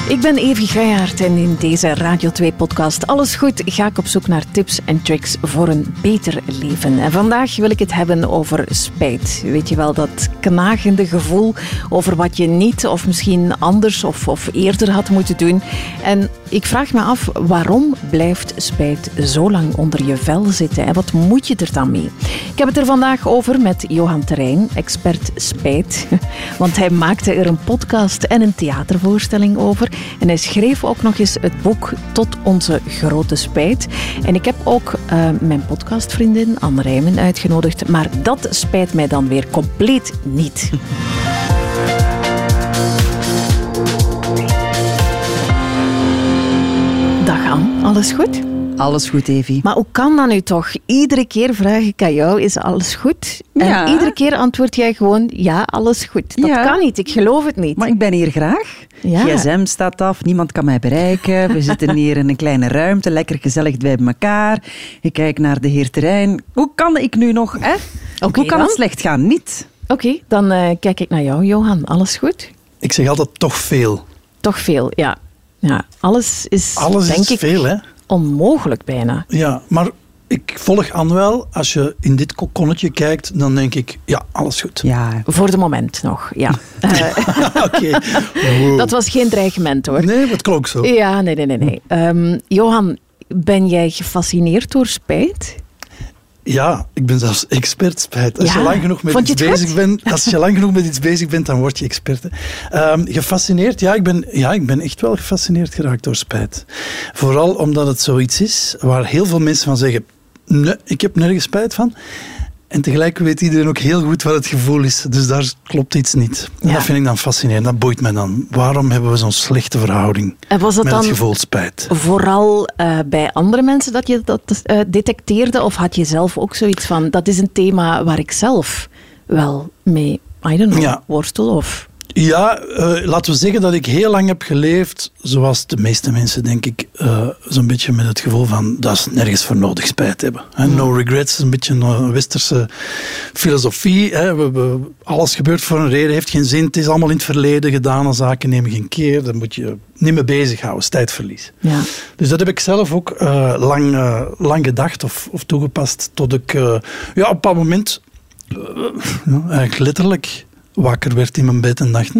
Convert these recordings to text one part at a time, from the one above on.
Ik ben Evi Geijaert en in deze Radio 2-podcast Alles Goed ga ik op zoek naar tips en tricks voor een beter leven. En vandaag wil ik het hebben over spijt. Weet je wel, dat knagende gevoel over wat je niet of misschien anders of eerder had moeten doen. En ik vraag me af, waarom blijft spijt zo lang onder je vel zitten en wat moet je er dan mee? Ik heb het er vandaag over met Johan Terrein, expert spijt. Want hij maakte er een podcast en een theatervoorstelling over. En hij schreef ook nog eens het boek Tot onze grote spijt. En ik heb ook mijn podcastvriendin Anne Rijmen uitgenodigd. Maar dat spijt mij dan weer compleet niet. Dag Anne, alles goed? Alles goed, Evi. Maar hoe kan dat nu toch? Iedere keer vraag ik aan jou, is alles goed? Ja. En iedere keer antwoord jij gewoon, ja, alles goed. Dat kan niet, ik geloof het niet. Maar ik ben hier graag. Ja. GSM staat af, niemand kan mij bereiken. We zitten hier in een kleine ruimte, lekker gezellig bij elkaar. Ik kijk naar de heer Terrein. Hoe kan ik nu nog, hè? Hoe kan het slecht gaan? Niet. Oké, dan kijk ik naar jou, Johan. Alles goed? Ik zeg altijd toch veel. Toch veel, ja. Alles is, denk is ik, veel, hè? Onmogelijk bijna. Ja, maar ik volg Anne wel. Als je in dit kokonnetje kijkt, dan denk ik, ja, alles goed. Ja. Voor de moment nog, ja. Oké. Wow. Dat was geen dreigement, hoor. Nee, dat klonk zo. Ja, nee. Johan, ben jij gefascineerd door spijt? Ja, ik ben zelfs expert spijt. Als Ja. je lang genoeg met Vond je iets het bezig goed? bent, als je lang genoeg met iets bezig bent, dan word je expert. Gefascineerd? Ja, ik ben echt wel gefascineerd geraakt door spijt. Vooral omdat het zoiets is waar heel veel mensen van zeggen, nee, ik heb nergens spijt van. En tegelijk weet iedereen ook heel goed wat het gevoel is. Dus daar klopt iets niet. En Ja. dat vind ik dan fascinerend. Dat boeit mij dan. Waarom hebben we zo'n slechte verhouding En was het met dan het gevoel spijt? vooral bij andere mensen dat je dat detecteerde? Of had je zelf ook zoiets van, dat is een thema waar ik zelf wel mee, I don't know, Ja. worstel of... Ja, laten we zeggen dat ik heel lang heb geleefd, zoals de meeste mensen, denk ik, zo'n beetje met het gevoel van, dat is nergens voor nodig spijt hebben. No regrets is een beetje een westerse filosofie. Alles gebeurt voor een reden, heeft geen zin, het is allemaal in het verleden gedane zaken, nemen geen keer, dan moet je niet mee bezighouden, is tijdverlies. Ja. Dus dat heb ik zelf ook lang gedacht of toegepast, tot ik op een bepaald moment, eigenlijk letterlijk, wakker werd in mijn bed en dacht,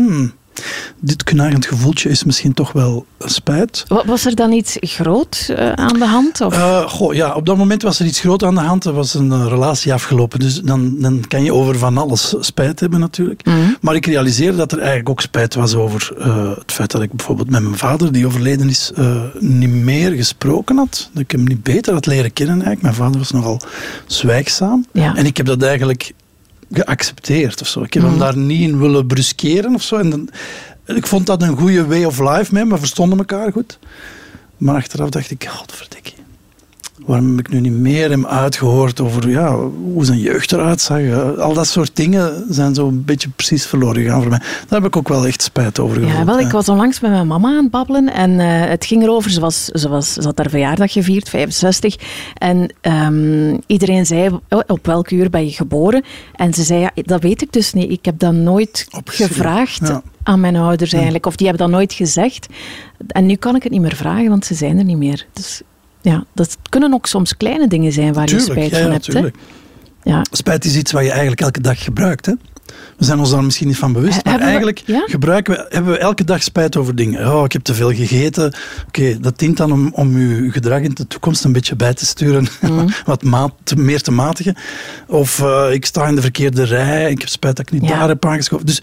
dit knagend gevoeltje is misschien toch wel spijt. Was er dan iets groot aan de hand? Of? Op dat moment was er iets groot aan de hand. Er was een relatie afgelopen, dus dan kan je over van alles spijt hebben natuurlijk. Mm-hmm. Maar ik realiseerde dat er eigenlijk ook spijt was over het feit dat ik bijvoorbeeld met mijn vader, die overleden is, niet meer gesproken had. Dat ik hem niet beter had leren kennen eigenlijk. Mijn vader was nogal zwijgzaam. Ja. En ik heb dat eigenlijk geaccepteerd of zo. Ik heb hem daar niet in willen bruskeren of zo. En ik vond dat een goede way of life mee, we verstonden elkaar goed. Maar achteraf dacht ik, godverdikkie, waarom heb ik nu niet meer hem uitgehoord over hoe zijn jeugd eruit zag? Al dat soort dingen zijn zo een beetje precies verloren gegaan voor mij. Daar heb ik ook wel echt spijt over gevoeld. Ja, wel, ik was onlangs met mijn mama aan het babbelen en het ging erover, ze had haar verjaardag gevierd, 65. En iedereen zei, op welk uur ben je geboren? En ze zei, ja, dat weet ik dus niet. Ik heb dat nooit gevraagd aan mijn ouders eigenlijk. Of die hebben dat nooit gezegd. En nu kan ik het niet meer vragen, want ze zijn er niet meer. Dus ja, dat kunnen ook soms kleine dingen zijn waar je spijt van hebt. Hè? Ja. Spijt is iets wat je eigenlijk elke dag gebruikt. Hè? We zijn ons daar misschien niet van bewust, maar eigenlijk hebben we elke dag spijt over dingen. Oh, ik heb te veel gegeten. Oké, dat dient dan om je gedrag in de toekomst een beetje bij te sturen. Wat meer te matigen. Of ik sta in de verkeerde rij. Ik heb spijt dat ik niet daar heb aangeschoven. Dus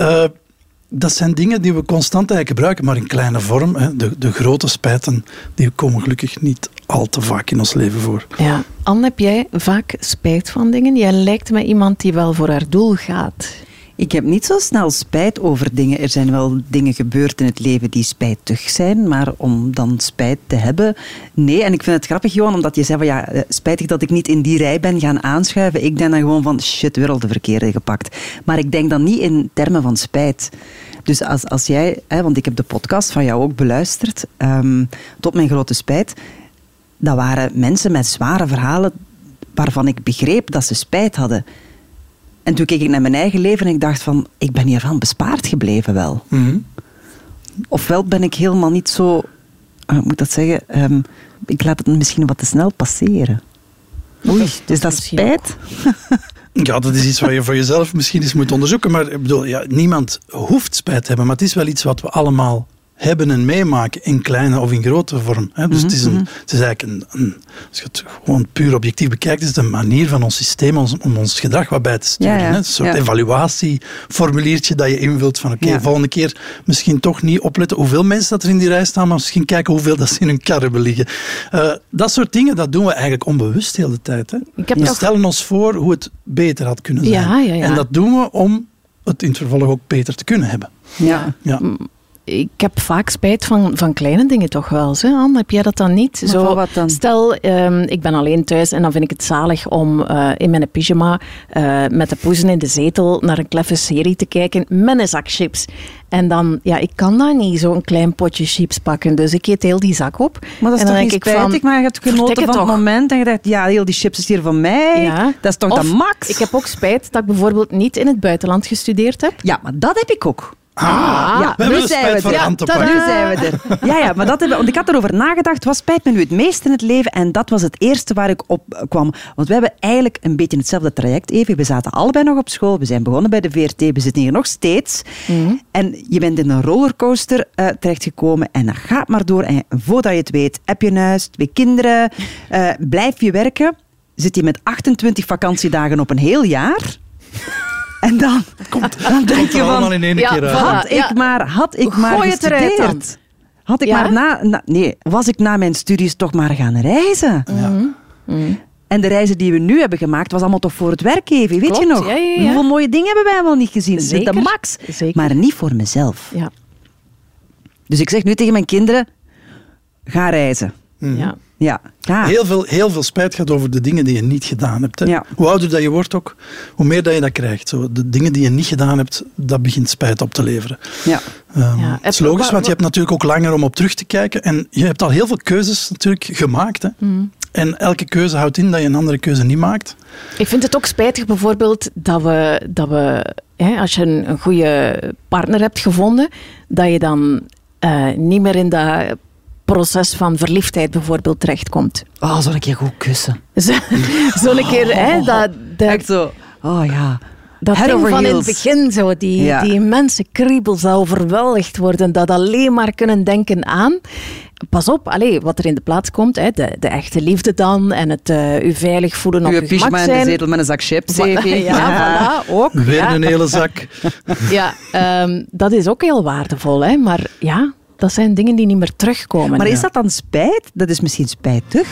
dat zijn dingen die we constant eigenlijk gebruiken, maar in kleine vorm. Hè. De grote spijten die komen gelukkig niet al te vaak in ons leven voor. Ja. Anne, heb jij vaak spijt van dingen? Jij lijkt me iemand die wel voor haar doel gaat. Ik heb niet zo snel spijt over dingen. Er zijn wel dingen gebeurd in het leven die spijtig zijn, maar om dan spijt te hebben, nee. En ik vind het grappig, Johan, omdat je zei van spijtig dat ik niet in die rij ben gaan aanschuiven. Ik denk dan gewoon van, shit, weer al de verkeerde gepakt. Maar ik denk dan niet in termen van spijt. Dus als jij, want ik heb de podcast van jou ook beluisterd, tot mijn grote spijt, dat waren mensen met zware verhalen waarvan ik begreep dat ze spijt hadden. En toen keek ik naar mijn eigen leven en ik dacht van, ik ben hiervan bespaard gebleven wel. Mm-hmm. Ofwel ben ik helemaal niet zo... hoe moet ik dat zeggen? Ik laat het misschien wat te snel passeren. Oei, dus dat spijt? Ja, dat is iets wat je voor jezelf misschien eens moet onderzoeken. Maar ik bedoel, niemand hoeft spijt te hebben. Maar het is wel iets wat we allemaal hebben en meemaken in kleine of in grote vorm. Hè. Dus het is eigenlijk als je het gewoon puur objectief bekijkt, is het een manier van ons systeem om ons gedrag wat bij te sturen. Hè. Een soort evaluatieformuliertje dat je invult van volgende keer misschien toch niet opletten hoeveel mensen dat er in die rij staan, maar misschien kijken hoeveel dat ze in hun kar hebben liggen. Dat soort dingen, dat doen we eigenlijk onbewust de hele tijd. Hè. We stellen ons voor hoe het beter had kunnen zijn. En dat doen we om het in het vervolg ook beter te kunnen hebben. Ja. Ik heb vaak spijt van kleine dingen toch wel. Hè, Anne? Heb jij dat dan niet? Zo, wat dan? Stel, ik ben alleen thuis en dan vind ik het zalig om in mijn pyjama met de poezen in de zetel naar een kleffe serie te kijken met een zak chips. En dan, ik kan dan niet zo'n klein potje chips pakken. Dus ik eet heel die zak op. Maar dat is toch niet spijtig, maar je hebt genoten van het moment en je dacht, heel die chips is hier van mij. Ja. Dat is toch de max? Ik heb ook spijt dat ik bijvoorbeeld niet in het buitenland gestudeerd heb. Ja, maar dat heb ik ook. We hebben een spijt voor aan te pakken. Nu zijn we er. Ja, maar want ik had erover nagedacht, wat spijt me nu het meest in het leven? En dat was het eerste waar ik op kwam. Want we hebben eigenlijk een beetje hetzelfde traject, Evie. We zaten allebei nog op school, we zijn begonnen bij de VRT, we zitten hier nog steeds. En je bent in een rollercoaster terechtgekomen en dat gaat maar door. En voordat je het weet, heb je een huis, 2 kinderen, blijf je werken, zit je met 28 vakantiedagen op een heel jaar... En dan denk je van, in één keer had ik maar gestudeerd. Had ik maar was ik na mijn studies toch maar gaan reizen. En de reizen die we nu hebben gemaakt, was allemaal toch voor het werk, Evie. Weet je nog? Hoeveel mooie dingen hebben wij wel niet gezien? Zeker. De max. Zeker. Maar niet voor mezelf. Ja. Dus ik zeg nu tegen mijn kinderen, ga reizen. Ja. Heel veel spijt gaat over de dingen die je niet gedaan hebt. Hè. Ja. Hoe ouder dat je wordt ook, hoe meer dat je dat krijgt. Zo, de dingen die je niet gedaan hebt, dat begint spijt op te leveren. Ja. Het is logisch, want je hebt natuurlijk ook langer om op terug te kijken. En je hebt al heel veel keuzes natuurlijk gemaakt. Hè. En elke keuze houdt in dat je een andere keuze niet maakt. Ik vind het ook spijtig bijvoorbeeld dat we als je een goede partner hebt gevonden, dat je dan niet meer in dat proces van verliefdheid bijvoorbeeld terechtkomt. Zal ik je goed kussen? Zo'n keer, echt zo. Dat ding van in het begin, zo, die mensen kriebels, dat overweldigd worden, dat alleen maar kunnen denken aan. Pas op, wat er in de plaats komt, de echte liefde dan, en het u veilig voelen op je gemak zijn. In de zetel met een zak chips, voilà, ook. Weer een hele zak. Dat is ook heel waardevol, hè, maar dat zijn dingen die niet meer terugkomen. Maar is dat dan spijt? Dat is misschien spijtig.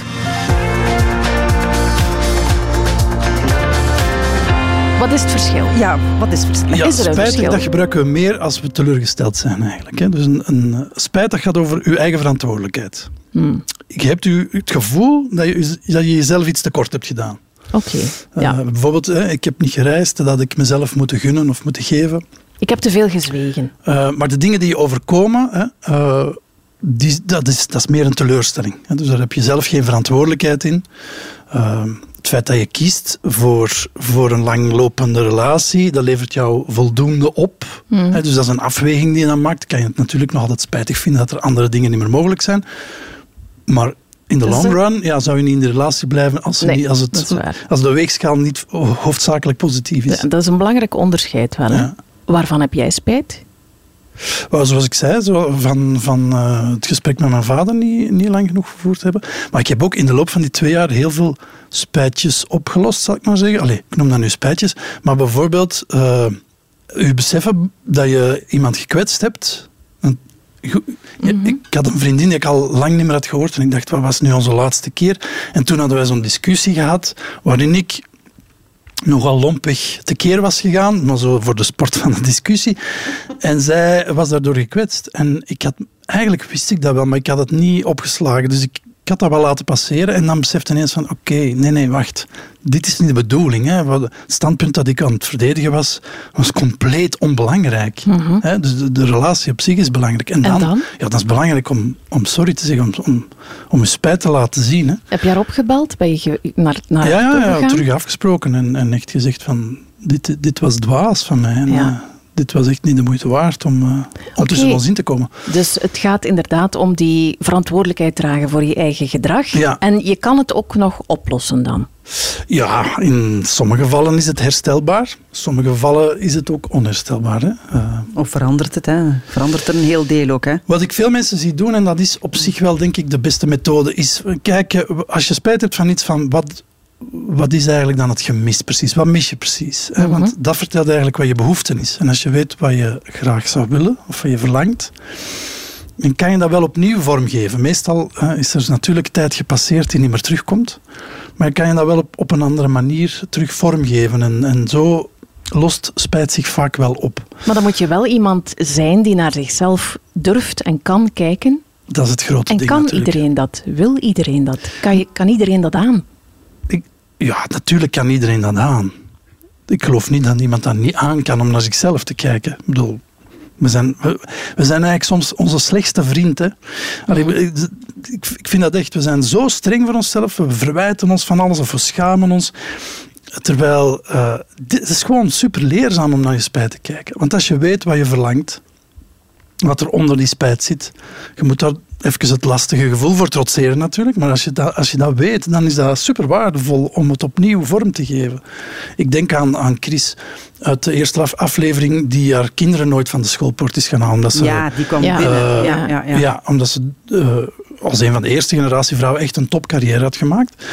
Wat is het verschil? Ja, wat is het verschil? Ja, is er een spijtig, verschil? dat gebruiken we meer als we teleurgesteld zijn eigenlijk. Hè. Dus een spijt, dat gaat over uw eigen verantwoordelijkheid. Je hebt het gevoel dat je jezelf iets tekort hebt gedaan. Oké. Bijvoorbeeld, ik heb niet gereisd, dat had ik mezelf moeten gunnen of moeten geven. Ik heb te veel gezwegen. Maar de dingen die je overkomen, dat is meer een teleurstelling. Dus daar heb je zelf geen verantwoordelijkheid in. Het feit dat je kiest voor een langlopende relatie, dat levert jou voldoende op. Dus dat is een afweging die je dan maakt. Kan je het natuurlijk nog altijd spijtig vinden dat er andere dingen niet meer mogelijk zijn. Maar in de long run zou je niet in de relatie blijven als de weegschaal niet hoofdzakelijk positief is. Dat is een belangrijk onderscheid wel. Hè? Waarvan heb jij spijt? Zoals ik zei, van het gesprek met mijn vader niet lang genoeg gevoerd hebben. Maar ik heb ook in de loop van die 2 jaar heel veel spijtjes opgelost, zal ik maar zeggen. Ik noem dat nu spijtjes. Maar bijvoorbeeld, u beseffen dat je iemand gekwetst hebt. Ik had een vriendin die ik al lang niet meer had gehoord. En ik dacht, wat was nu onze laatste keer? En toen hadden wij zo'n discussie gehad, waarin ik nogal lompig tekeer was gegaan, maar zo voor de sport van de discussie. En zij was daardoor gekwetst. En eigenlijk wist ik dat wel, maar ik had het niet opgeslagen. Dus ik had dat wel laten passeren en dan besefte ineens van oké, nee, wacht. Dit is niet de bedoeling. Hè. Het standpunt dat ik aan het verdedigen was compleet onbelangrijk. Dus de relatie op zich is belangrijk. En dan? Ja, dat is belangrijk om sorry te zeggen, om je spijt te laten zien. Hè. Heb je haar opgebeld? Ben je naar ja, terug afgesproken en echt gezegd van dit was dwaas van mij. En, dit was echt niet de moeite waard om tussen ons in te komen. Dus het gaat inderdaad om die verantwoordelijkheid dragen voor je eigen gedrag. Ja. En je kan het ook nog oplossen dan? Ja, in sommige gevallen is het herstelbaar. In sommige gevallen is het ook onherstelbaar. Hè? Of verandert het, hè? Verandert er een heel deel ook, hè? Wat ik veel mensen zie doen, en dat is op zich wel, denk ik, de beste methode, is kijken, als je spijt hebt van iets, van wat is eigenlijk dan het gemis precies? Wat mis je precies? Hè? Want dat vertelt eigenlijk wat je behoefte is. En als je weet wat je graag zou willen, of wat je verlangt, dan kan je dat wel opnieuw vormgeven. Meestal is er natuurlijk tijd gepasseerd die niet meer terugkomt. Maar kan je dat wel op een andere manier terug vormgeven. En zo lost spijt zich vaak wel op. Maar dan moet je wel iemand zijn die naar zichzelf durft en kan kijken. Dat is het grote ding natuurlijk. En kan iedereen dat? Wil iedereen dat? Kan iedereen dat aan? Ja, natuurlijk kan iedereen dat aan. Ik geloof niet dat iemand dat niet aan kan om naar zichzelf te kijken. Ik bedoel, we zijn eigenlijk soms onze slechtste vriend. Hè. Allee, ik vind dat echt. We zijn zo streng voor onszelf. We verwijten ons van alles of we schamen ons. Terwijl het is gewoon super leerzaam om naar je spijt te kijken. Want als je weet wat je verlangt, wat er onder die spijt zit, je moet daar even het lastige gevoel voor trotseren natuurlijk. Maar als je dat weet, dan is dat super waardevol om het opnieuw vorm te geven. Ik denk aan Chris uit de eerste aflevering die haar kinderen nooit van de schoolpoort is gaan halen. Die kwam binnen. Ja, omdat ze als een van de eerste generatie vrouwen echt een topcarrière had gemaakt.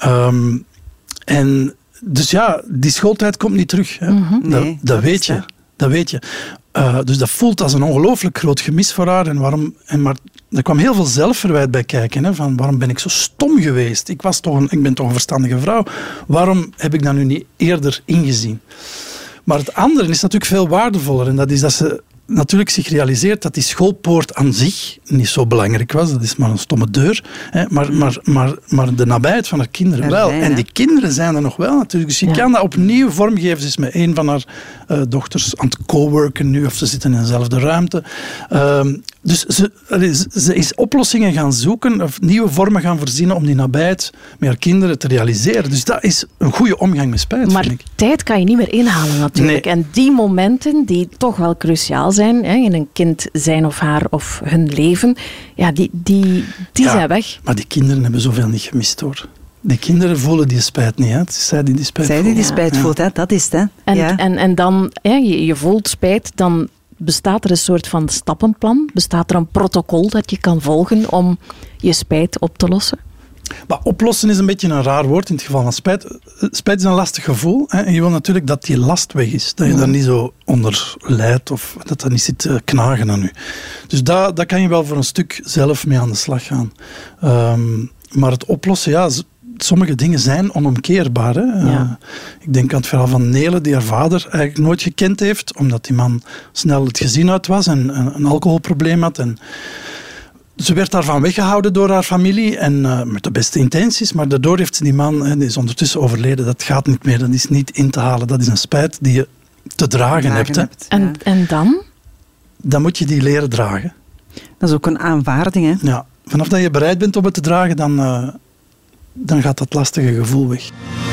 En dus ja, die schooltijd komt niet terug. Hè. Nee, dat weet je. Dat weet je. Dus dat voelt als een ongelooflijk groot gemis voor haar. Maar er kwam heel veel zelfverwijt bij kijken. Hè, van waarom ben ik zo stom geweest? Ik ben toch een verstandige vrouw. Waarom heb ik dat nu niet eerder ingezien? Maar het andere is natuurlijk veel waardevoller. En dat is dat ze natuurlijk zich realiseert dat die schoolpoort aan zich niet zo belangrijk was. Dat is maar een stomme deur. Hè, maar de nabijheid van haar kinderen wel. En die kinderen zijn er nog wel natuurlijk. Dus je kan dat opnieuw vormgeven. Ze is met een van haar dochters aan het coworken nu. Of ze zitten in dezelfde ruimte. Dus ze is oplossingen gaan zoeken. Of nieuwe vormen gaan verzinnen om die nabijheid met haar kinderen te realiseren. Dus dat is een goede omgang met spijt, maar vind ik. Tijd kan je niet meer inhalen natuurlijk. Nee. En die momenten die toch wel cruciaal zijn in een kind zijn of haar of hun leven, ja, die zijn weg. Maar die kinderen hebben zoveel niet gemist, hoor. Die kinderen voelen die spijt niet. Hè. Het is zij die spijt voelt. Zij die spijt voelt, hè. Dat is het. Hè. En dan, je voelt spijt, dan bestaat er een soort van stappenplan? Bestaat er een protocol dat je kan volgen om je spijt op te lossen? Maar oplossen is een beetje een raar woord in het geval van spijt. Spijt is een lastig gevoel. Hè, en je wil natuurlijk dat die last weg is. Dat je daar niet zo onder lijdt of dat niet zit knagen aan je. Dus daar kan je wel voor een stuk zelf mee aan de slag gaan. Maar het oplossen, sommige dingen zijn onomkeerbaar. Hè. Ik denk aan het verhaal van Nele, die haar vader eigenlijk nooit gekend heeft, omdat die man snel het gezin uit was en een alcoholprobleem had. En ze werd daarvan weggehouden door haar familie en met de beste intenties, maar daardoor heeft ze die man, die is ondertussen overleden, dat gaat niet meer, dat is niet in te halen. Dat is een spijt die je te dragen hebt. Hè. En dan? Dan moet je die leren dragen. Dat is ook een aanvaarding, hè? Ja, vanaf dat je bereid bent om het te dragen, dan gaat dat lastige gevoel weg.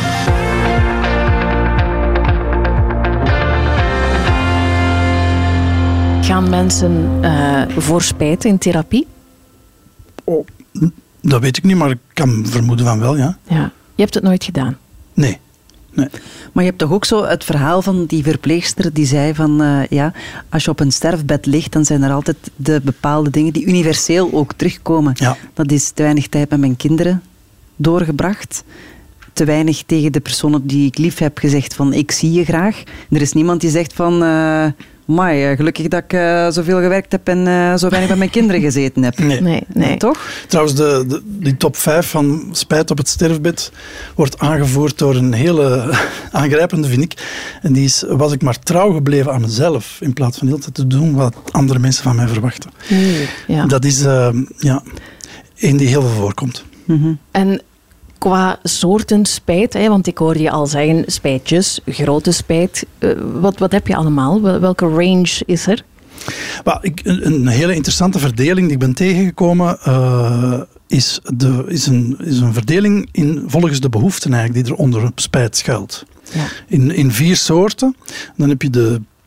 Gaan mensen voor spijt in therapie? Oh, dat weet ik niet, maar ik kan vermoeden van wel, ja. Ja. Je hebt het nooit gedaan? Nee. Maar je hebt toch ook zo het verhaal van die verpleegster die zei van, als je op een sterfbed ligt, dan zijn er altijd de bepaalde dingen die universeel ook terugkomen. Ja. Dat is te weinig tijd met mijn kinderen doorgebracht. Te weinig tegen de personen die ik lief heb gezegd van, ik zie je graag. Er is niemand die zegt van, gelukkig dat ik zoveel gewerkt heb en zo weinig bij mijn kinderen gezeten heb. Nee. Toch? Trouwens, die top 5 van spijt op het sterfbed wordt aangevoerd door een hele aangrijpende, vind ik. En die is, was ik maar trouw gebleven aan mezelf, in plaats van de hele tijd te doen wat andere mensen van mij verwachten. Ja. Dat is één die heel veel voorkomt. Mm-hmm. En qua soorten spijt, want ik hoor je al zeggen spijtjes, grote spijt. Wat heb je allemaal? Welke range is er? Een hele interessante verdeling die ik ben tegengekomen is een verdeling volgens de behoeften eigenlijk, die er onder spijt schuilt. Ja. In 4 soorten. Dan heb je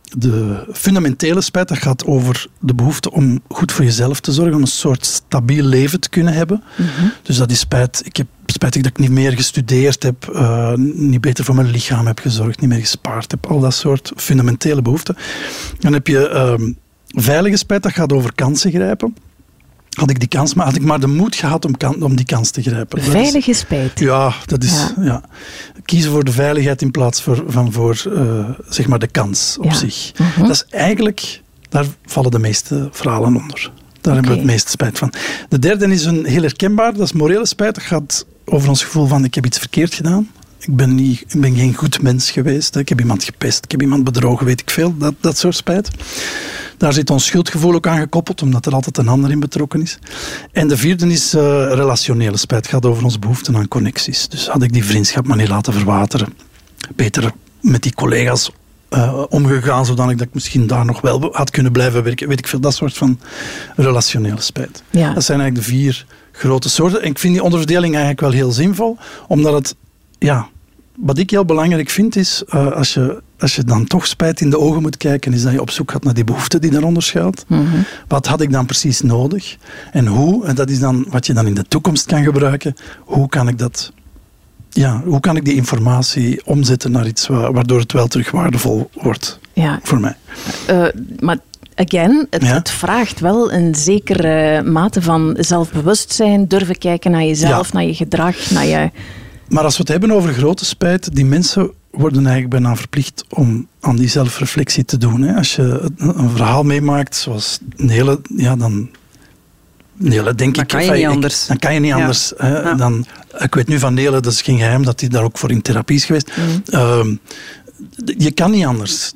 de fundamentele spijt, dat gaat over de behoefte om goed voor jezelf te zorgen, om een soort stabiel leven te kunnen hebben. Mm-hmm. Dus dat is spijt. Ik heb spijtig dat ik niet meer gestudeerd heb, niet beter voor mijn lichaam heb gezorgd, niet meer gespaard heb. Al dat soort fundamentele behoeften. Dan heb je veilige spijt, dat gaat over kansen grijpen. Had ik die kans, maar had ik maar de moed gehad om die kans te grijpen. Veilige spijt. Ja, dat is... Ja. Kiezen voor de veiligheid in plaats van voor zeg maar de kans op zich. Mm-hmm. Dat is eigenlijk... Daar vallen de meeste verhalen onder. Daar hebben we het meeste spijt van. De derde is een heel herkenbaar. Dat is morele spijt. Dat gaat over ons gevoel van ik heb iets verkeerd gedaan. Ik ben geen goed mens geweest. Ik heb iemand gepest. Ik heb iemand bedrogen, weet ik veel. Dat soort spijt. Daar zit ons schuldgevoel ook aan gekoppeld, omdat er altijd een ander in betrokken is. En de vierde is relationele spijt. Het gaat over onze behoefte aan connecties. Dus had ik die vriendschap maar niet laten verwateren. Beter met die collega's omgegaan, zodat ik misschien daar nog wel had kunnen blijven werken. Weet ik veel, dat soort van relationele spijt. Ja. Dat zijn eigenlijk de 4 grote soorten. En ik vind die onderverdeling eigenlijk wel heel zinvol, omdat het... Ja, wat ik heel belangrijk vind is, als je dan toch spijt in de ogen moet kijken, is dat je op zoek gaat naar die behoefte die daaronder schuilt. Mm-hmm. Wat had ik dan precies nodig? En hoe? En dat is dan wat je dan in de toekomst kan gebruiken. Hoe kan ik die informatie omzetten naar iets waardoor het wel terug waardevol wordt voor mij? Maar again, het vraagt wel een zekere mate van zelfbewustzijn, durven kijken naar jezelf, naar je gedrag, naar je... Maar als we het hebben over grote spijt, die mensen worden eigenlijk bijna verplicht om aan die zelfreflectie te doen. Hè. Als je een verhaal meemaakt, zoals Nele, dan denk ik... Kan je niet anders. Dan kan je niet anders. Hè. Ja. Dan, ik weet nu van Nele, dat is geen geheim, dat hij daar ook voor in therapie is geweest. Mm. Je kan niet anders.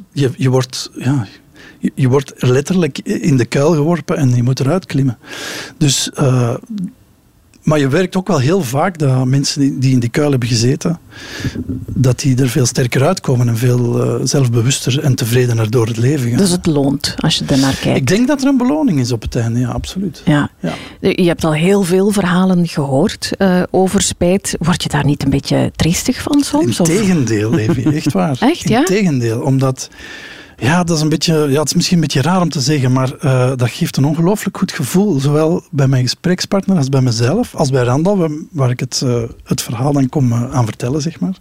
Je wordt letterlijk in de kuil geworpen en je moet eruit klimmen. Dus... Maar je werkt ook wel heel vaak dat mensen die in die kuil hebben gezeten, dat die er veel sterker uitkomen en veel zelfbewuster en tevredener door het leven gaan. Dus het loont, als je ernaar kijkt. Ik denk dat er een beloning is op het einde, ja, absoluut. Ja. Je hebt al heel veel verhalen gehoord over spijt. Word je daar niet een beetje triestig van soms? Integendeel, Levi, echt waar. Echt, ja? Integendeel, omdat... Ja, dat is het is misschien een beetje raar om te zeggen, maar dat geeft een ongelooflijk goed gevoel. Zowel bij mijn gesprekspartner als bij mezelf, als bij Randal, waar ik het verhaal dan kom aan vertellen, zeg maar.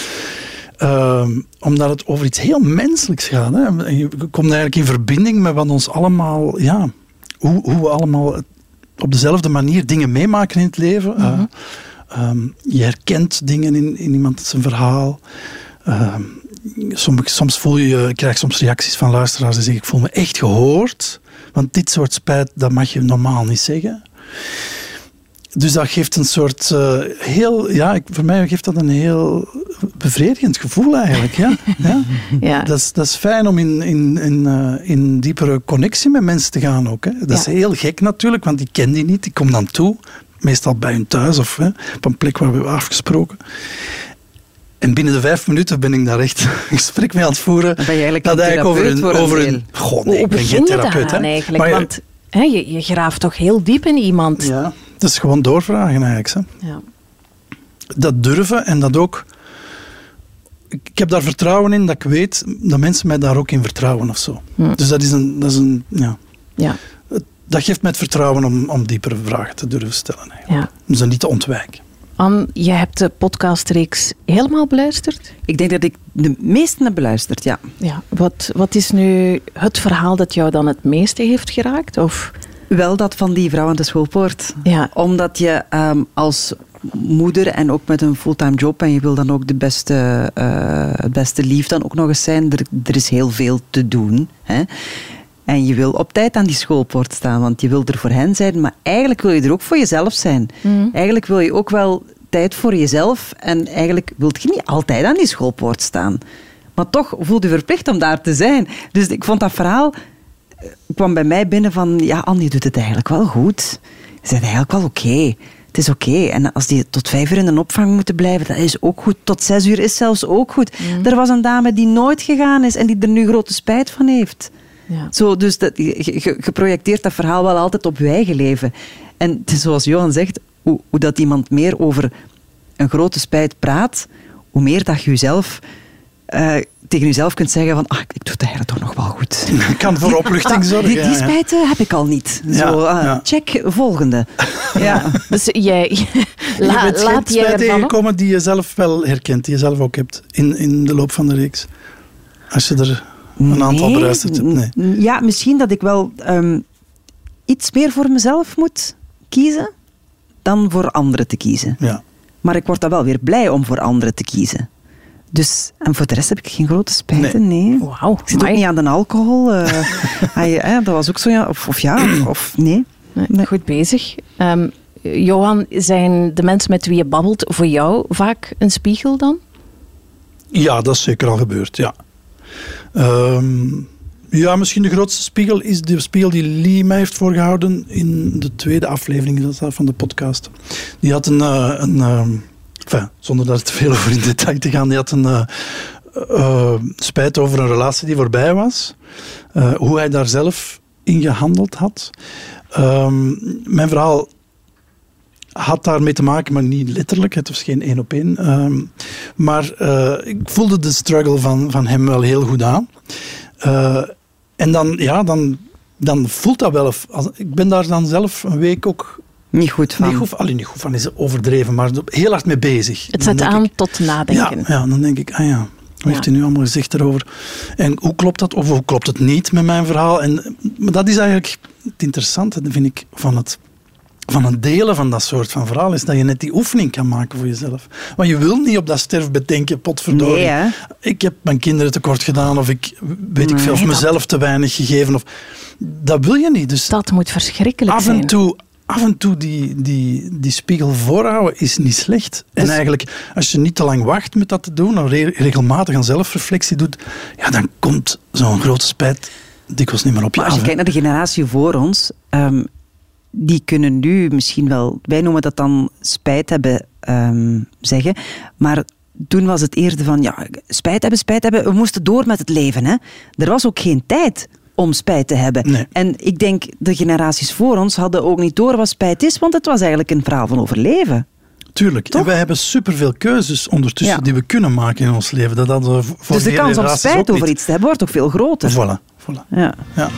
Omdat het over iets heel menselijks gaat. Hè. En je komt eigenlijk in verbinding met wat ons allemaal... hoe we allemaal op dezelfde manier dingen meemaken in het leven. Mm-hmm. Je herkent dingen in iemand zijn verhaal. Soms krijg je soms reacties van luisteraars die zeggen, ik voel me echt gehoord. Want dit soort spijt, dat mag je normaal niet zeggen. Dus dat geeft een soort voor mij geeft dat een heel bevredigend gevoel eigenlijk. Ja. Ja. Dat is fijn om in diepere connectie met mensen te gaan ook. Hè. Dat is heel gek natuurlijk, want ik ken die niet. Ik kom dan toe, meestal bij hun thuis of op een plek waar we hebben afgesproken. En binnen de 5 minuten ben ik daar echt een gesprek mee aan het voeren. Dan ben je eigenlijk over een... Goh, nee, ik ben geen therapeut. Eigenlijk, maar want je graaft toch heel diep in iemand. Ja, dat is gewoon doorvragen eigenlijk. Hè. Ja. Dat durven en dat ook... Ik heb daar vertrouwen in dat ik weet dat mensen mij daar ook in vertrouwen of zo. Dus dat is een dat geeft mij het vertrouwen om diepere vragen te durven stellen. Eigenlijk. Om ze niet te ontwijken. Anne, je hebt de podcastreeks helemaal beluisterd? Ik denk dat ik de meeste heb beluisterd, ja. Wat is nu het verhaal dat jou dan het meeste heeft geraakt? Of? Wel dat van die vrouw aan de schoolpoort. Ja. Omdat je als moeder en ook met een fulltime job en je wil dan ook het beste lief dan ook nog eens zijn, er is heel veel te doen, hè. En je wil op tijd aan die schoolpoort staan, want je wil er voor hen zijn, maar eigenlijk wil je er ook voor jezelf zijn. Mm. Eigenlijk wil je ook wel tijd voor jezelf en eigenlijk wil je niet altijd aan die schoolpoort staan. Maar toch voel je verplicht om daar te zijn. Dus ik vond dat verhaal, kwam bij mij binnen van, ja, Anne, je doet het eigenlijk wel goed. Je bent eigenlijk wel oké. Het is oké. En als die tot 5 uur in de opvang moeten blijven, dat is ook goed. Tot 6 uur is zelfs ook goed. Mm. Er was een dame die nooit gegaan is en die er nu grote spijt van heeft. Ja. Zo, dus je projecteert dat verhaal wel altijd op je eigen leven. En het is zoals Johan zegt, hoe dat iemand meer over een grote spijt praat, hoe meer dat je jezelf tegen jezelf kunt zeggen van, ik doe het eigenlijk toch nog wel goed. Ik kan voor opluchting zorgen. Die spijt heb ik al niet. Check, volgende. Ja. Dus jij... laat jij spijt tegenkomen die je zelf wel herkent, die je zelf ook hebt in de loop van de reeks. Als je er een aantal beluisterd hebt. Nee. Ja, misschien dat ik wel iets meer voor mezelf moet kiezen dan voor anderen te kiezen. Ja. Maar ik word dan wel weer blij om voor anderen te kiezen. Dus, en voor de rest heb ik geen grote spijten, nee. Wauw. Ik zit ook niet aan de alcohol. Dat was ook zo, ja. Of nee. Goed bezig. Johan, zijn de mensen met wie je babbelt voor jou vaak een spiegel dan? Ja, dat is zeker al gebeurd, ja. Ja, misschien de grootste spiegel is de spiegel die Lee mij heeft voorgehouden in de tweede aflevering van de podcast. Die had zonder daar te veel over in detail te gaan, die had een spijt over een relatie die voorbij was. Hoe hij daar zelf in gehandeld had. Mijn verhaal had daarmee te maken, maar niet letterlijk. Het was geen 1-op-1. Maar ik voelde de struggle van hem wel heel goed aan. En dan voelt dat wel. Ik ben daar dan zelf een week ook... Niet goed van. Niet goed van is overdreven, maar heel hard mee bezig. Het zet aan tot nadenken. Ja, dan denk ik, wat heeft hij nu allemaal gezegd erover? En hoe klopt dat? Of hoe klopt het niet met mijn verhaal? Maar dat is eigenlijk het interessante, vind ik, van het delen van dat soort van verhaal, is dat je net die oefening kan maken voor jezelf. Want je wil niet op dat sterfbed denken, potverdorie. Nee, ik heb mijn kinderen tekort gedaan, of ik mezelf te weinig gegeven. Dat wil je niet. Dus dat moet verschrikkelijk zijn. Af en toe die spiegel voorhouden is niet slecht. Dus, en eigenlijk, als je niet te lang wacht met dat te doen, of regelmatig aan zelfreflectie doet, dan komt zo'n grote spijt dikwijls niet meer op je af. Als je kijkt naar de generatie voor ons, die kunnen nu misschien wel, wij noemen dat dan spijt hebben, zeggen, maar toen was het eerder van, spijt hebben, we moesten door met het leven. Hè? Er was ook geen tijd om spijt te hebben. Nee. En ik denk, de generaties voor ons hadden ook niet door wat spijt is, want het was eigenlijk een verhaal van overleven. Tuurlijk. Toch? En wij hebben superveel keuzes ondertussen die we kunnen maken in ons leven. Dat hadden we voor dus de kans om spijt over iets te hebben wordt ook veel groter. Voilà. Ja.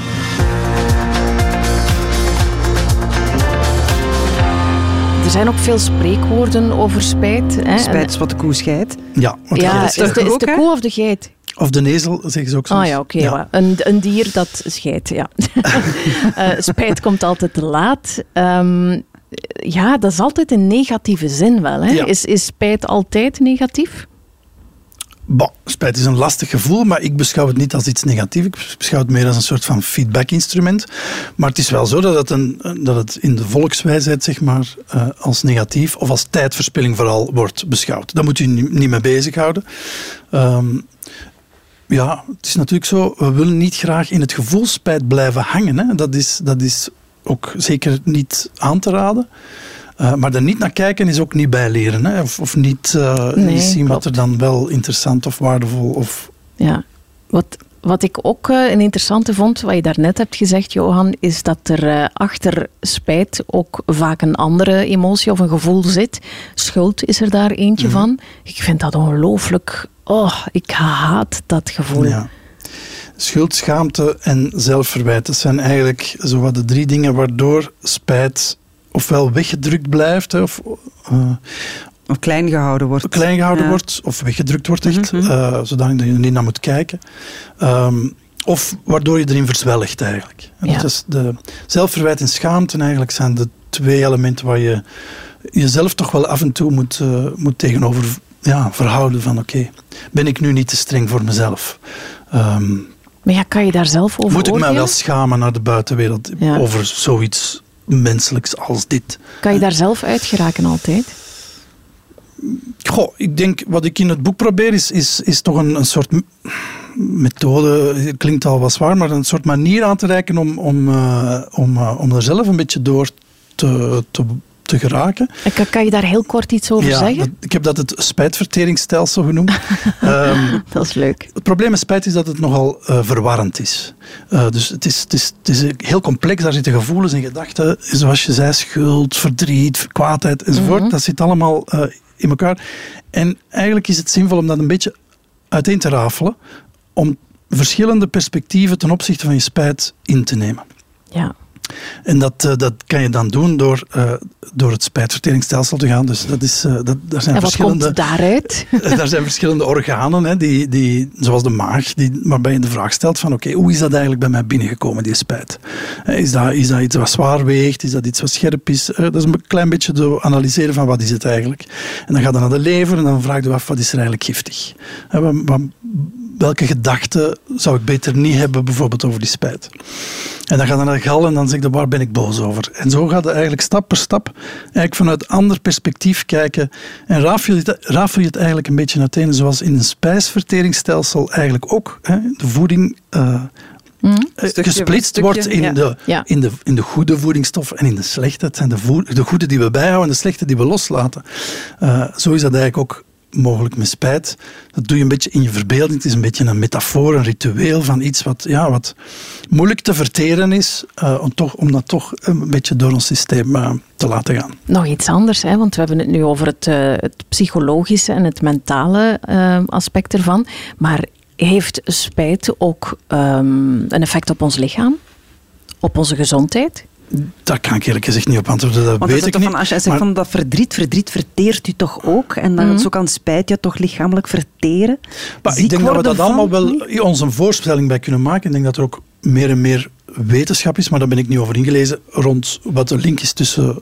Er zijn ook veel spreekwoorden over spijt. Hè? Spijt is wat de koe scheidt. Ja, is de koe of de geit? Of de ezel, zeggen ze ook soms. Oké. Een dier dat scheidt, ja. Spijt komt altijd te laat. Dat is altijd een negatieve zin wel. Hè? Ja. Is spijt altijd negatief? Spijt is een lastig gevoel, maar ik beschouw het niet als iets negatiefs. Ik beschouw het meer als een soort van feedback-instrument. Maar het is wel zo dat het in de volkswijsheid, zeg maar, als negatief of als tijdverspilling vooral wordt beschouwd. Daar moet je niet mee bezighouden. Het is natuurlijk zo, we willen niet graag in het gevoel spijt blijven hangen. Hè. Dat is ook zeker niet aan te raden. Maar er niet naar kijken is ook niet bijleren. Hè? Of niet zien wat er dan wel interessant of waardevol of... Ja, wat ik ook een interessante vond, wat je daarnet hebt gezegd, Johan, is dat er achter spijt ook vaak een andere emotie of een gevoel zit. Schuld is er daar eentje van. Ik vind dat ongelooflijk... ik haat dat gevoel. Ja. Schuld, schaamte en zelfverwijt. Dat zijn eigenlijk zowat de 3 dingen waardoor spijt ofwel weggedrukt blijft, of klein gehouden wordt. Wordt, of weggedrukt wordt echt, zodanig dat je er niet naar moet kijken. Of waardoor je erin verzwelgt eigenlijk. Ja. Dat is de zelfverwijt en schaamte eigenlijk zijn de 2 elementen waar je jezelf toch wel af en toe moet tegenover verhouden van oké, ben ik nu niet te streng voor mezelf? Maar kan je daar zelf over moet ik oordelen? mij wel schamen naar de buitenwereld over zoiets menselijks als dit? Kan je daar zelf uit geraken altijd? Ik denk, wat ik in het boek probeer, is toch een soort methode, klinkt al wat zwaar, maar een soort manier aan te reiken om er zelf een beetje door te geraken. En kan je daar heel kort iets over zeggen? Ik heb dat het spijtverteringsstelsel genoemd. Dat is leuk. Het probleem met spijt is dat het nogal verwarrend is. Dus het is heel complex. Daar zitten gevoelens en gedachten, zoals je zei, schuld, verdriet, kwaadheid enzovoort. Dat zit allemaal in elkaar. En eigenlijk is het zinvol om dat een beetje uiteen te rafelen om verschillende perspectieven ten opzichte van je spijt in te nemen. Ja. En dat kan je dan doen door het spijtverteringsstelsel te gaan. Dus daar zijn en wat komt daaruit? Daar zijn verschillende organen, hè, die, zoals de maag, waarbij je de vraag stelt van oké, hoe is dat eigenlijk bij mij binnengekomen, die spijt? Is dat iets wat zwaar weegt? Is dat iets wat scherp is? Dat is een klein beetje te analyseren van wat is het eigenlijk. En dan gaat je naar de lever en dan vraag je af wat is er eigenlijk giftig? Welke gedachten zou ik beter niet hebben, bijvoorbeeld over die spijt? En dan gaat je naar de gal en dan zeg je, waar ben ik boos over? En zo gaat je eigenlijk stap per stap eigenlijk vanuit een ander perspectief kijken. En rafel je het eigenlijk een beetje uiteen, zoals in een spijsverteringsstelsel eigenlijk ook. Hè, de voeding gesplitst wordt in de goede voedingsstoffen en in de slechte. Het zijn de goede die we bijhouden en de slechte die we loslaten. Zo is dat eigenlijk ook mogelijk met spijt. Dat doe je een beetje in je verbeelding. Het is een beetje een metafoor, een ritueel van iets wat moeilijk te verteren is, om dat toch een beetje door ons systeem te laten gaan. Nog iets anders, hè? Want we hebben het nu over het psychologische en het mentale aspect ervan. Maar heeft spijt ook een effect op ons lichaam? Op onze gezondheid? Daar kan ik eerlijk gezegd niet op antwoorden. Dat weet ik niet. Als jij zegt van dat verdriet verteert u toch ook? En dan zo kan spijt je toch lichamelijk verteren? Ik denk dat we dat allemaal wel ons een voorstelling bij kunnen maken. Ik denk dat er ook meer en meer wetenschap is, maar daar ben ik niet over ingelezen, rond wat de link is tussen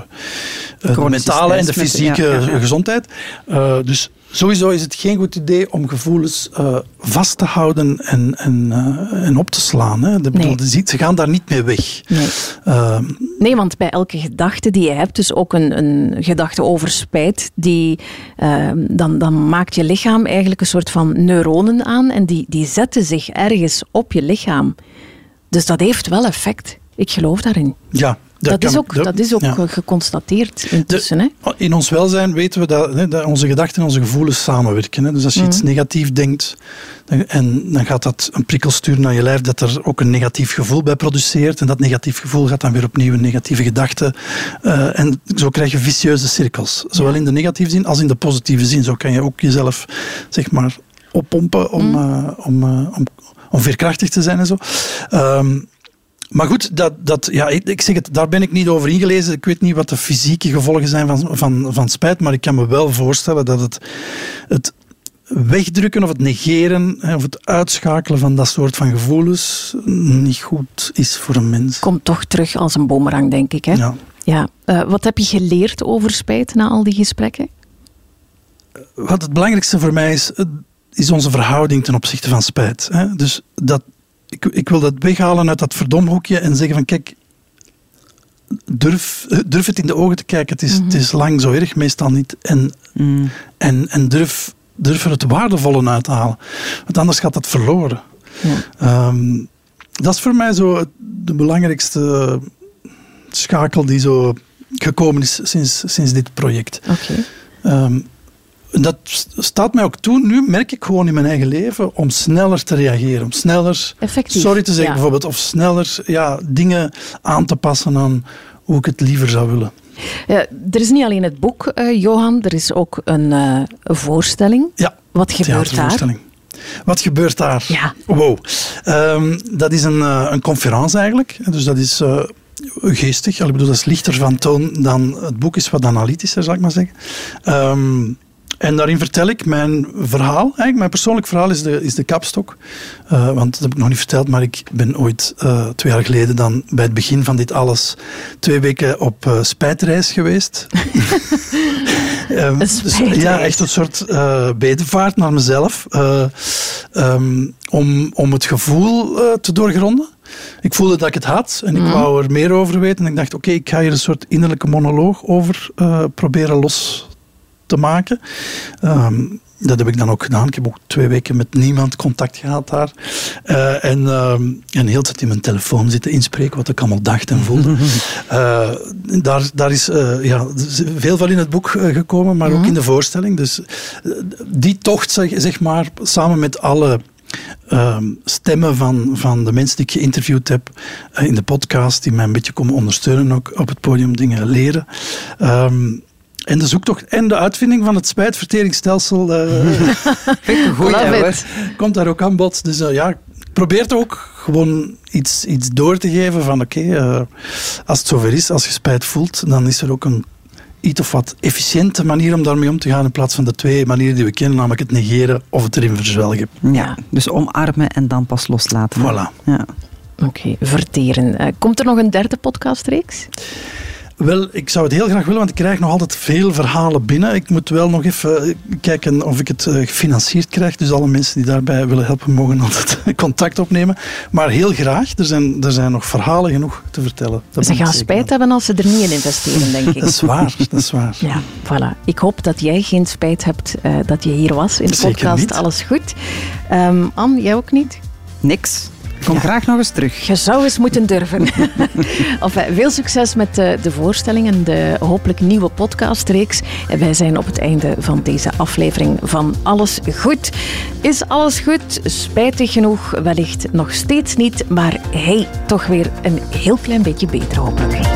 de mentale en de fysieke gezondheid. Dus sowieso is het geen goed idee om gevoelens vast te houden en op te slaan. Hè. Ze gaan daar niet mee weg. Nee, want bij elke gedachte die je hebt, dus ook een gedachte over spijt, dan maakt je lichaam eigenlijk een soort van neuronen aan en die zetten zich ergens op je lichaam. Dus dat heeft wel effect. Ik geloof daarin. Ja. Dat is ook geconstateerd intussen. Hè? In ons welzijn weten we dat onze gedachten en onze gevoelens samenwerken. Hè. Dus als je iets negatief denkt, dan gaat dat een prikkel sturen naar je lijf dat er ook een negatief gevoel bij produceert. En dat negatief gevoel gaat dan weer opnieuw een negatieve gedachte. En zo krijg je vicieuze cirkels. Zowel in de negatieve zin als in de positieve zin. Zo kan je ook jezelf, zeg maar, oppompen om veerkrachtig te zijn en zo. Maar goed, ik zeg het, daar ben ik niet over ingelezen. Ik weet niet wat de fysieke gevolgen zijn van spijt, maar ik kan me wel voorstellen dat het wegdrukken of het negeren of het uitschakelen van dat soort van gevoelens niet goed is voor een mens. Komt toch terug als een boemerang, denk ik. Hè? Ja. Wat heb je geleerd over spijt na al die gesprekken? Wat het belangrijkste voor mij is onze verhouding ten opzichte van spijt. Hè? Dus ik wil dat weghalen uit dat verdomhoekje en zeggen van kijk, durf het in de ogen te kijken. Het is lang zo erg, meestal niet. En durf er het waardevolle uit te halen. Want anders gaat dat verloren. Ja. Dat is voor mij zo de belangrijkste schakel die zo gekomen is sinds dit project. Okay. Dat staat mij ook toe. Nu merk ik gewoon in mijn eigen leven om sneller te reageren. Om sneller sorry te zeggen bijvoorbeeld. Of sneller dingen aan te passen aan hoe ik het liever zou willen. Er is niet alleen het boek, Johan. Er is ook een voorstelling. Ja, wat gebeurt daar? Wat gebeurt daar? Ja. Wow. Dat is een conferentie eigenlijk. Dus dat is geestig. Ik bedoel, dat is lichter van toon dan het boek is wat analytischer, zal ik maar zeggen. En daarin vertel ik mijn verhaal. Eigenlijk mijn persoonlijk verhaal is de kapstok. Want dat heb ik nog niet verteld, maar ik ben ooit 2 jaar geleden dan bij het begin van dit alles 2 weken op spijtreis geweest. Dus, echt een soort bedevaart naar mezelf. Om het gevoel te doorgronden. Ik voelde dat ik het had en ik wou er meer over weten. En ik dacht, oké, ik ga hier een soort innerlijke monoloog over proberen los te maken. Dat heb ik dan ook gedaan. Ik heb ook 2 weken met niemand contact gehad daar. En heel de tijd in mijn telefoon zitten inspreken wat ik allemaal dacht en voelde. Daar is veel van in het boek gekomen, maar ook in de voorstelling. Dus die tocht, zeg maar, samen met alle stemmen van de mensen die ik geïnterviewd heb in de podcast, die mij een beetje komen ondersteunen ook op het podium, dingen leren. En de zoektocht en de uitvinding van het spijtverteringsstelsel komt daar ook aan bod. Dus probeer toch ook gewoon iets door te geven van als het zover is, als je spijt voelt, dan is er ook een iets of wat efficiënte manier om daarmee om te gaan in plaats van de 2 manieren die we kennen, namelijk het negeren of het erin verzwelgen. Ja, dus omarmen en dan pas loslaten. Voilà. Ja. Oké, verteren. Komt er nog een 3e podcastreeks? Wel, ik zou het heel graag willen, want ik krijg nog altijd veel verhalen binnen. Ik moet wel nog even kijken of ik het gefinancierd krijg. Dus alle mensen die daarbij willen helpen, mogen altijd contact opnemen. Maar heel graag, er zijn nog verhalen genoeg te vertellen. Ze gaan spijt hebben als ze er niet in investeren, denk ik. Dat is waar. Ja, voilà. Ik hoop dat jij geen spijt hebt dat je hier was in de podcast. Niet. Alles goed. Anne, jij ook niet? Niks. Kom graag nog eens terug. Je zou eens moeten durven. Veel succes met de voorstelling en de hopelijk nieuwe podcastreeks. Wij zijn op het einde van deze aflevering van Alles Goed. Is alles goed? Spijtig genoeg wellicht nog steeds niet, maar toch weer een heel klein beetje beter hopelijk.